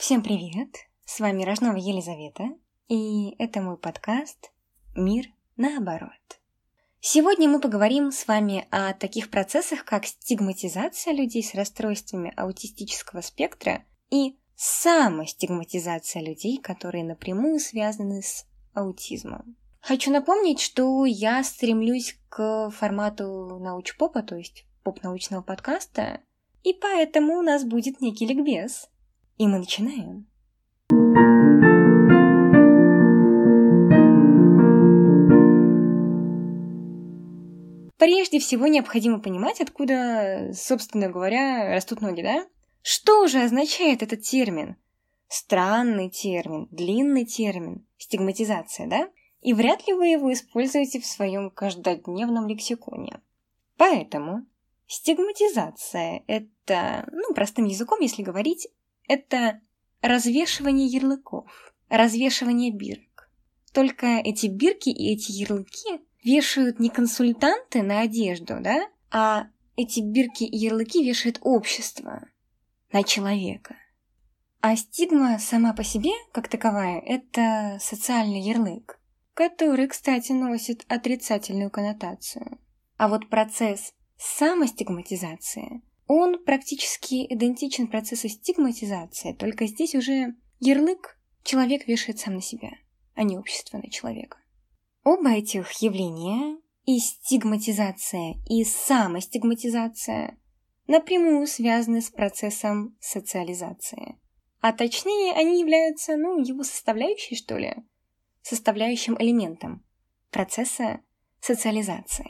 Всем привет! С вами Рожнова Елизавета, и это мой подкаст «Мир наоборот». Сегодня мы поговорим с вами о таких процессах, как стигматизация людей с расстройствами аутистического спектра и самостигматизация людей, которые напрямую связаны с аутизмом. Хочу напомнить, что я стремлюсь к формату научпопа, то есть поп-научного подкаста, и поэтому у нас будет некий ликбез. И мы начинаем. Прежде всего необходимо понимать, откуда, собственно говоря, растут ноги, да? Что же означает этот термин? Странный термин, длинный термин, стигматизация, да? И вряд ли вы его используете в своем каждодневном лексиконе. Поэтому стигматизация – это, простым языком, если говорить, это развешивание ярлыков, развешивание бирок. Только эти бирки и эти ярлыки вешают не консультанты на одежду, да? А эти бирки и ярлыки вешает общество на человека. А стигма сама по себе, как таковая, это социальный ярлык, который, кстати, носит отрицательную коннотацию. А вот процесс самостигматизации – он практически идентичен процессу стигматизации, только здесь уже ярлык человек вешает сам на себя, а не общество на человека. Оба этих явления, и стигматизация, и самостигматизация, напрямую связаны с процессом социализации. А точнее, они являются, его составляющей, что ли, составляющим элементом процесса социализации.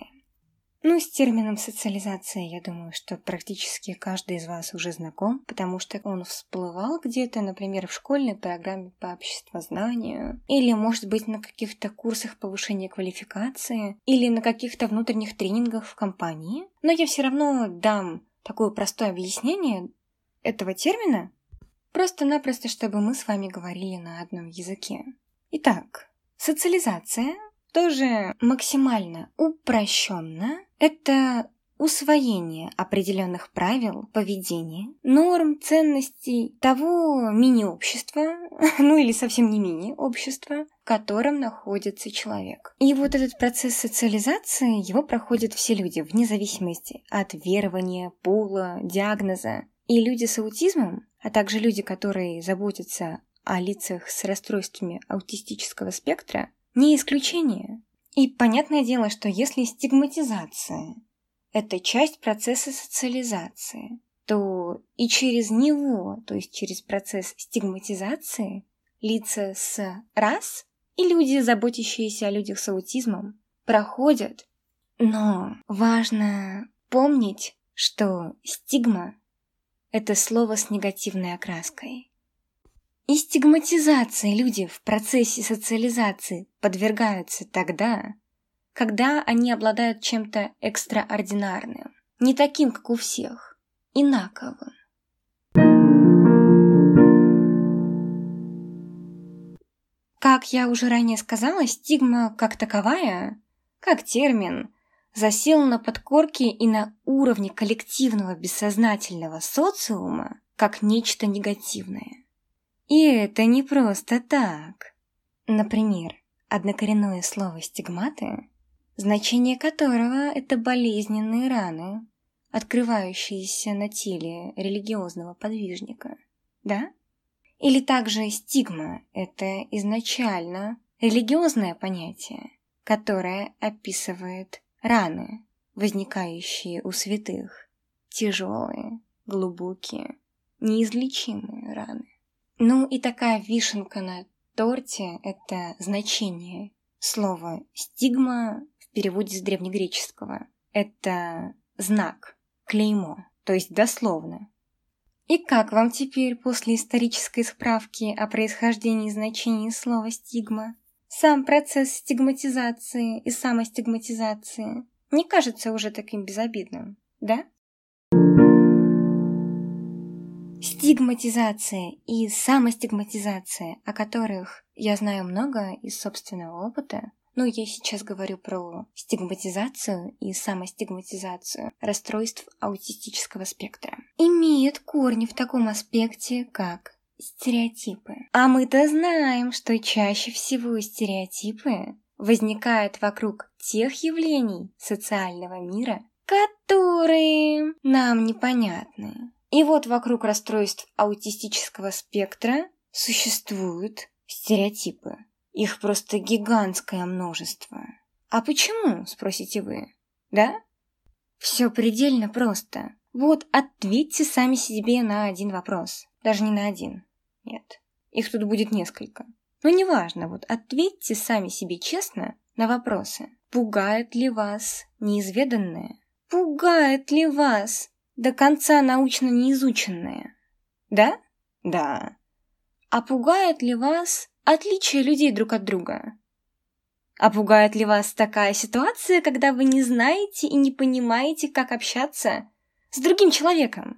С термином социализация, я думаю, что практически каждый из вас уже знаком, потому что он всплывал где-то, например, в школьной программе по обществознанию, или, может быть, на каких-то курсах повышения квалификации, или на каких-то внутренних тренингах в компании. Но я все равно дам такое простое объяснение этого термина, просто-напросто, чтобы мы с вами говорили на одном языке. Итак, социализация тоже максимально упрощенно. Это усвоение определенных правил поведения, норм, ценностей того мини-общества, или совсем не мини-общества, в котором находится человек. И вот этот процесс социализации, его проходят все люди, вне зависимости от верования, пола, диагноза. И люди с аутизмом, а также люди, которые заботятся о лицах с расстройствами аутистического спектра, не исключение. И понятное дело, что если стигматизация – это часть процесса социализации, то и через него, то есть через процесс стигматизации, лица с РАС и люди, заботящиеся о людях с аутизмом, проходят. Но важно помнить, что стигма – это слово с негативной окраской. И стигматизации люди в процессе социализации подвергаются тогда, когда они обладают чем-то экстраординарным, не таким, как у всех, инаковым. Как я уже ранее сказала, стигма как таковая, как термин, засел на подкорке и на уровне коллективного бессознательного социума как нечто негативное. И это не просто так. Например, однокоренное слово «стигматы», значение которого – это болезненные раны, открывающиеся на теле религиозного подвижника, да? Или также стигма – это изначально религиозное понятие, которое описывает раны, возникающие у святых, тяжелые, глубокие, неизлечимые раны. И такая вишенка на торте – это значение слова «стигма» в переводе с древнегреческого. Это знак, клеймо, то есть дословно. И как вам теперь после исторической справки о происхождении и значении слова «стигма»? Сам процесс стигматизации и самостигматизации не кажется уже таким безобидным, да? Стигматизация и самостигматизация, о которых я знаю много из собственного опыта, я сейчас говорю про стигматизацию и самостигматизацию расстройств аутистического спектра, имеет корни в таком аспекте, как Стереотипы. А мы-то знаем, что чаще всего стереотипы возникают вокруг тех явлений социального мира, которые нам непонятны. И вот вокруг расстройств аутистического спектра существуют стереотипы. Их просто гигантское множество. А почему, спросите вы? Да? Все предельно просто. Вот ответьте сами себе на один вопрос. Даже не на один. Нет. Их тут будет несколько. Но неважно, вот ответьте сами себе честно на вопросы. Пугает ли вас неизведанное? Пугает ли вас до конца научно неизученное? Да? Да. А пугает ли вас отличие людей друг от друга? А пугает ли вас такая ситуация, когда вы не знаете и не понимаете, как общаться с другим человеком?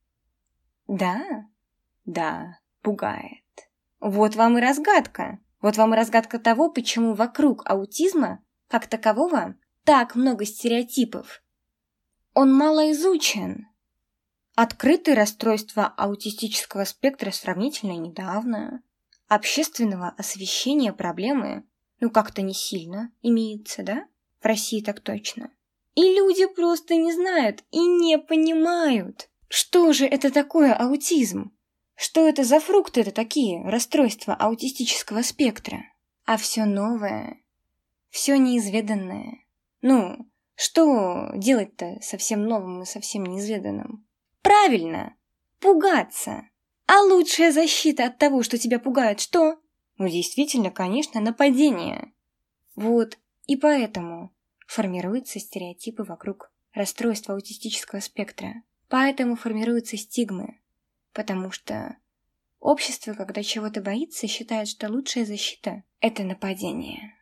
Да, да, пугает. Вот вам и разгадка. Вот вам и разгадка того, почему вокруг аутизма, как такового, так много стереотипов. Он мало изучен. Открыты расстройства аутистического спектра сравнительно недавно. Общественного освещения проблемы как-то не сильно имеется, да? В России так точно. И люди просто не знают и не понимают, что же это такое аутизм. Что это за фрукты это такие, расстройства аутистического спектра? А все новое, все неизведанное. Что делать-то со всем новым и совсем неизведанным? Правильно, пугаться. А лучшая защита от того, что тебя пугает, что? Действительно, конечно, нападение. Вот, и поэтому формируются стереотипы вокруг расстройства аутистического спектра. Поэтому формируются стигмы. Потому что общество, когда чего-то боится, считает, что лучшая защита – это нападение.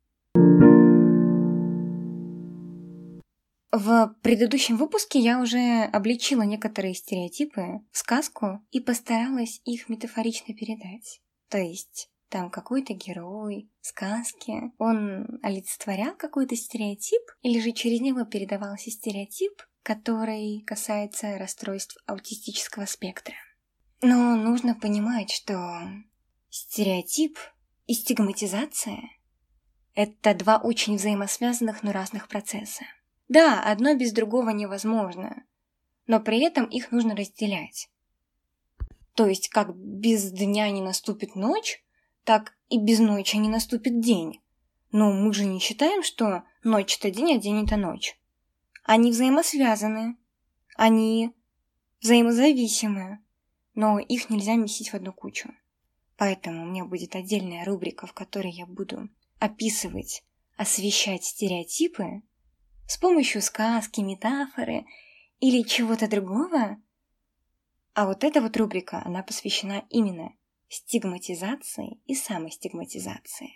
В предыдущем выпуске я уже обличила некоторые стереотипы в сказку и постаралась их метафорично передать. То есть там какой-то герой в сказке, он олицетворял какой-то стереотип, или же через него передавался стереотип, который касается расстройств аутистического спектра. Но нужно понимать, что стереотип и стигматизация – это два очень взаимосвязанных, но разных процесса. Да, одно без другого невозможно, но при этом их нужно разделять. То есть, как без дня не наступит ночь, так и без ночи не наступит день. Но мы же не считаем, что ночь – это день, а день – это ночь. Они взаимосвязаны, они взаимозависимы, но их нельзя месить в одну кучу. Поэтому у меня будет отдельная рубрика, в которой я буду описывать, освещать стереотипы с помощью сказки, метафоры или чего-то другого. А вот эта вот рубрика, она посвящена именно стигматизации и самостигматизации.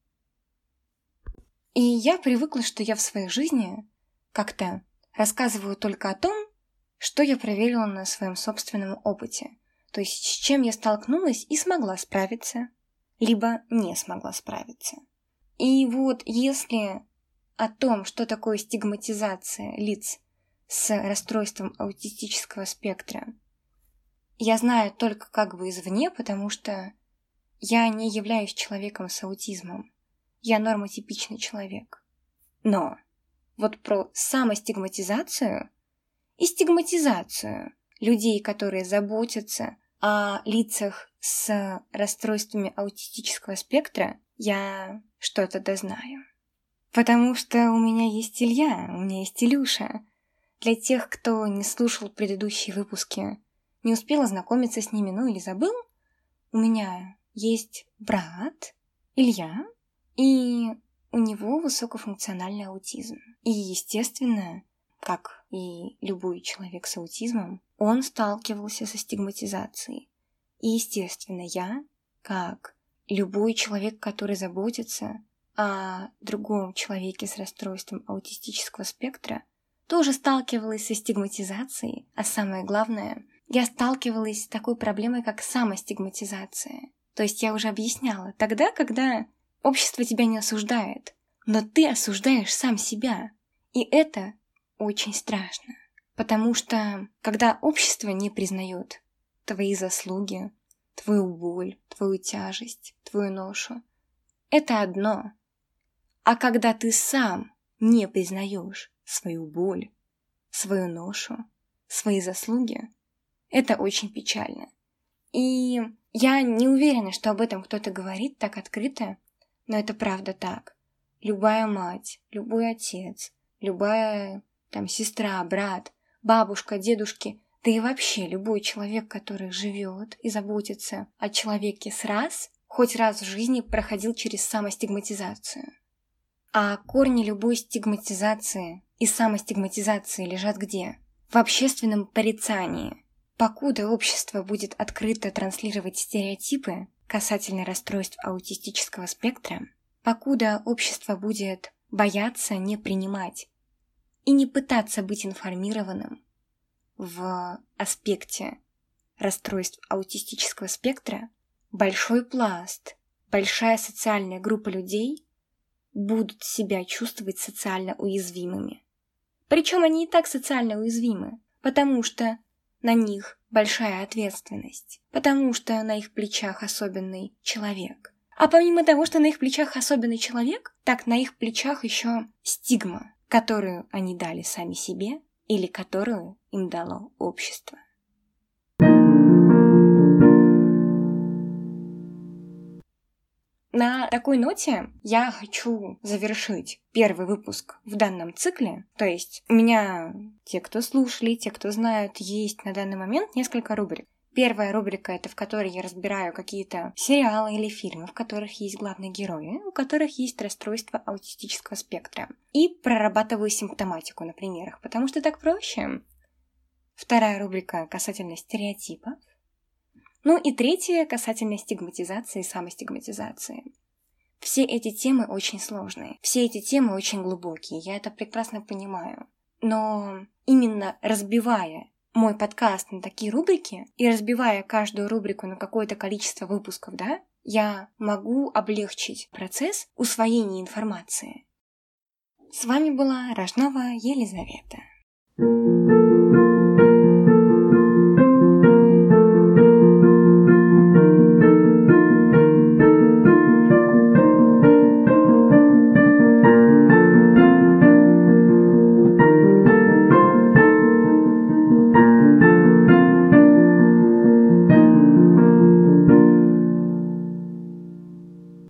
И я привыкла, что я в своей жизни как-то рассказываю только о том, что я проверила на своем собственном опыте, то есть с чем я столкнулась и смогла справиться, либо не смогла справиться. И вот если о том, что такое стигматизация лиц с расстройством аутистического спектра, я знаю только как бы извне, потому что я не являюсь человеком с аутизмом. Я нормотипичный человек. Но вот про самостигматизацию и стигматизацию людей, которые заботятся о лицах с расстройствами аутистического спектра, я что-то дознаю. Потому что у меня есть Илья, у меня есть Илюша. Для тех, кто не слушал предыдущие выпуски, не успел ознакомиться с ними, или забыл, у меня есть брат Илья, и у него высокофункциональный аутизм. И, естественно, как и любой человек с аутизмом, он сталкивался со стигматизацией. И, естественно, я, как любой человек, который заботится о другом человеке с расстройством аутистического спектра, тоже сталкивалась со стигматизацией, а самое главное, я сталкивалась с такой проблемой, как самостигматизация. То есть я уже объясняла, тогда, когда общество тебя не осуждает, но ты осуждаешь сам себя. И это очень страшно, потому что когда общество не признает твои заслуги, твою боль, твою тяжесть, твою ношу. Это одно. А когда ты сам не признаешь свою боль, свою ношу, свои заслуги, это очень печально. И я не уверена, что об этом кто-то говорит так открыто, но это правда так. Любая мать, любой отец, любая сестра, брат, бабушка, дедушки, да и вообще любой человек, который живет и заботится о человеке хоть раз в жизни проходил через самостигматизацию. А корни любой стигматизации и самостигматизации лежат где? В общественном порицании. Покуда общество будет открыто транслировать стереотипы касательно расстройств аутистического спектра, покуда общество будет бояться не принимать и не пытаться быть информированным в аспекте расстройств аутистического спектра, большой пласт, большая социальная группа людей будут себя чувствовать социально уязвимыми. Причем они и так социально уязвимы, потому что на них большая ответственность, потому что на их плечах особенный человек. А помимо того, что на их плечах особенный человек, так на их плечах еще стигма, которую они дали сами себе или которую им дало общество. На такой ноте я хочу завершить первый выпуск в данном цикле. То есть у меня, те, кто слушали, те, кто знают, есть на данный момент несколько рубрик. Первая рубрика — это в которой я разбираю какие-то сериалы или фильмы, в которых есть главные герои, у которых есть расстройство аутистического спектра. И прорабатываю симптоматику на примерах, потому что так проще. Вторая рубрика касательно стереотипов. Ну и третья касательно стигматизации и самостигматизации. Все эти темы очень сложные, все эти темы очень глубокие, я это прекрасно понимаю. Но именно разбивая мой подкаст на такие рубрики и разбивая каждую рубрику на какое-то количество выпусков, я могу облегчить процесс усвоения информации. С вами была Рожнова Елизавета.